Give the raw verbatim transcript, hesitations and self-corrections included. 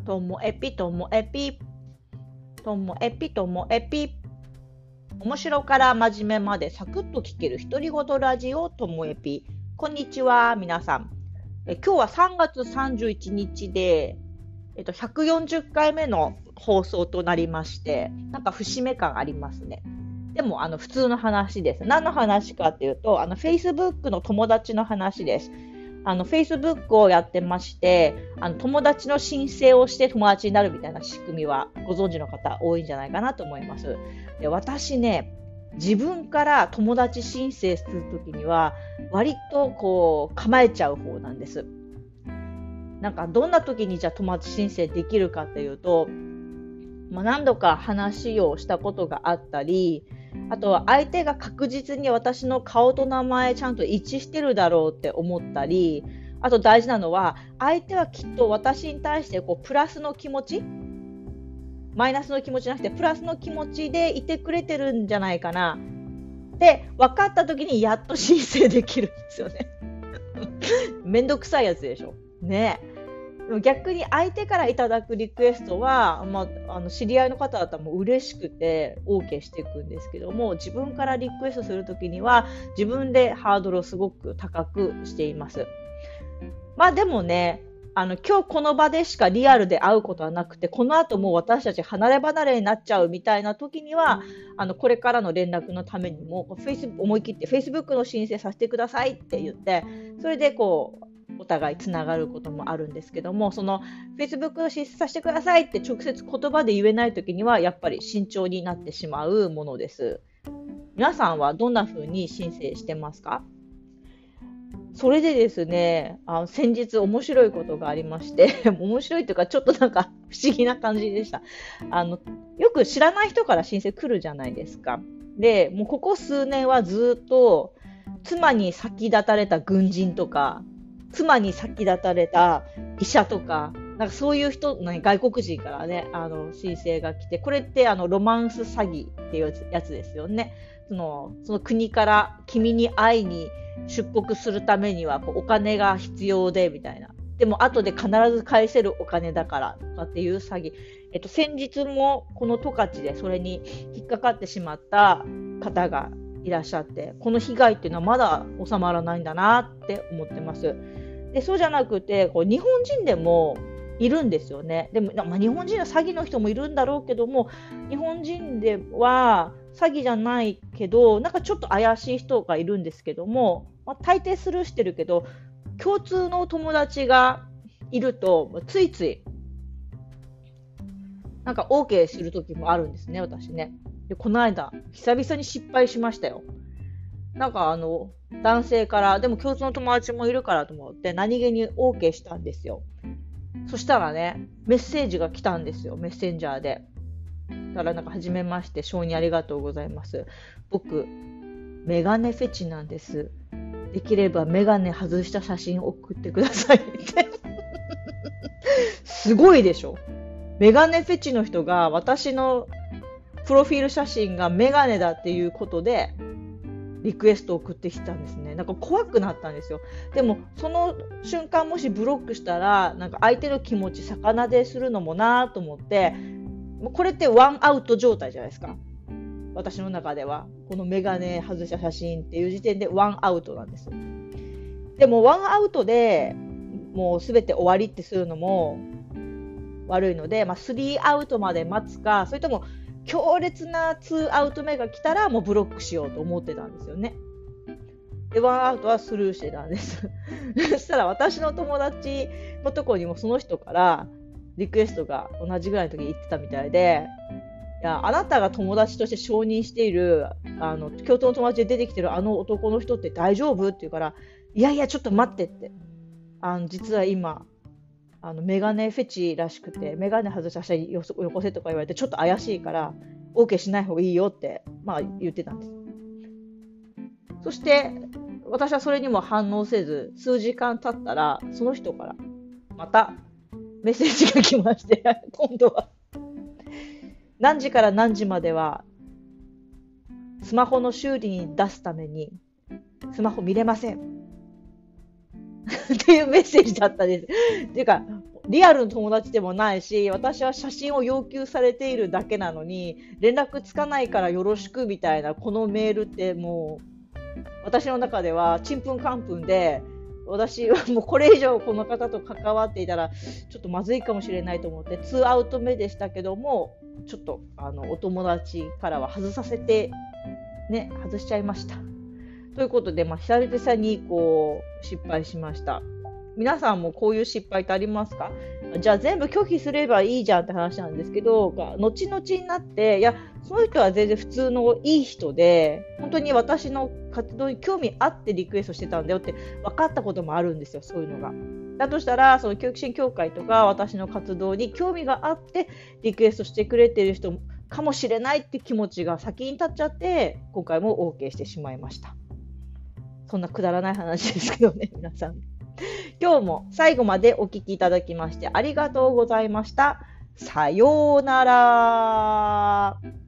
ともエピともエピともエピともエピ、面白から真面目までサクッと聞ける独り言ラジオともエピ。こんにちは皆さん。え今日はさんがつさんじゅういちにちで、えっと、ひゃくよんじゅっかいめの放送となりまして、なんか節目感ありますね。でもあの普通の話です。何の話かっていうと、あの Facebook の友達の話です。あの Facebook をやってまして、あの友達の申請をして友達になるみたいな仕組みはご存知の方多いんじゃないかなと思います。で、私ね、自分から友達申請するときには割とこう構えちゃう方なんです。なんかどんな時にじゃあ友達申請できるかっていうと、まあ、何度か話をしたことがあったり、あとは相手が確実に私の顔と名前ちゃんと一致してるだろうって思ったり、あと大事なのは相手はきっと私に対してこうプラスの気持ち、マイナスの気持ちじゃなくてプラスの気持ちでいてくれてるんじゃないかなって分かった時にやっと申請できるんですよね。めんどくさいやつでしょね。逆に相手からいただくリクエストは、まあ、あの知り合いの方だったらもう嬉しくて OK していくんですけども、自分からリクエストするときには自分でハードルをすごく高くしています。まあでもね、あの今日この場でしかリアルで会うことはなくて、この後もう私たち離れ離れになっちゃうみたいな時には、あのこれからの連絡のためにも Facebook 思い切って Facebook の申請させてくださいって言って、それでこうお互いつながることもあるんですけども、その Facebook の申請させてくださいって直接言葉で言えないときにはやっぱり慎重になってしまうものです。皆さんはどんな風に申請してますか？それでですね、あの先日面白いことがありまして面白いというかちょっとなんか不思議な感じでした。あのよく知らない人から申請来るじゃないですか。で、もうここ数年はずっと妻に先立たれた軍人とか、妻に先立たれた医者とか、なんかそういう人、ね、外国人からね、あの申請が来て、これってあのロマンス詐欺っていうやつですよね。その、その国から君に会いに出国するためにはこうお金が必要でみたいな。でも後で必ず返せるお金だからとかっていう詐欺。えっと、先日もこの十勝でそれに引っかかってしまった方がいらっしゃって、この被害っていうのはまだ収まらないんだなって思ってます。で、そうじゃなくてこう日本人でもいるんですよね。でも、まあ、日本人は詐欺の人もいるんだろうけども、日本人では詐欺じゃないけどなんかちょっと怪しい人がいるんですけども、まあ、大抵スルーしてるけど共通の友達がいるとついついなんか OK する時もあるんですね、私ね。で、この間久々に失敗しましたよ。なんかあの男性からでも共通の友達もいるからと思って何気に OK したんですよ。そしたらね、メッセージが来たんですよ、メッセンジャーで。だからなんか初めまして、承認ありがとうございます。僕メガネフェチなんです。できればメガネ外した写真送ってくださいってすごいでしょ。メガネフェチの人が私のプロフィール写真がメガネだっていうことでリクエストを送ってきたんですね。なんか怖くなったんですよ。でもその瞬間もしブロックしたらなんか相手の気持ち逆なでするのもなと思って、これってワンアウト状態じゃないですか。私の中ではこのメガネ外した写真っていう時点でワンアウトなんです。でもワンアウトでもうすべて終わりってするのも悪いので、まあ、スリーアウトまで待つか、それとも強烈なツーアウト目が来たらもうブロックしようと思ってたんですよね。でワンアウトはスルーしてたんですそしたら私の友達のところにもその人からリクエストが同じぐらいの時に言ってたみたいで、いや、あなたが友達として承認しているあの共通の友達で出てきてるあの男の人って大丈夫って言うから、いやいやちょっと待ってって、あの実は今あのメガネフェチらしくて、メガネ外した写真よこせとか言われてちょっと怪しいから OK しない方がいいよって、まあ、言ってたんです。そして私はそれにも反応せず、数時間経ったらその人からまたメッセージが来まして今度は何時から何時まではスマホの修理に出すためにスマホ見れませんっていうメッセージだったんです。っていうかリアルの友達でもないし、私は写真を要求されているだけなのに、連絡つかないからよろしくみたいなこのメールってもう私の中ではちんぷんかんぷんで、私はもうこれ以上この方と関わっていたらちょっとまずいかもしれないと思ってツーアウト目でしたけども、ちょっとあのお友達からは外させてね、外しちゃいました。ということで、まあ、久々にこう失敗しました。皆さんもこういう失敗ってありますか？じゃあ全部拒否すればいいじゃんって話なんですけど、後々になって、いや、その人は全然普通のいい人で、本当に私の活動に興味あってリクエストしてたんだよって分かったこともあるんですよ、そういうのが。だとしたら、その教育支援協会とか私の活動に興味があってリクエストしてくれている人かもしれないって気持ちが先に立っちゃって、今回も OK してしまいました。そんなくだらない話ですけどね、皆さん。今日も最後までお聞きいただきましてありがとうございました。さようなら。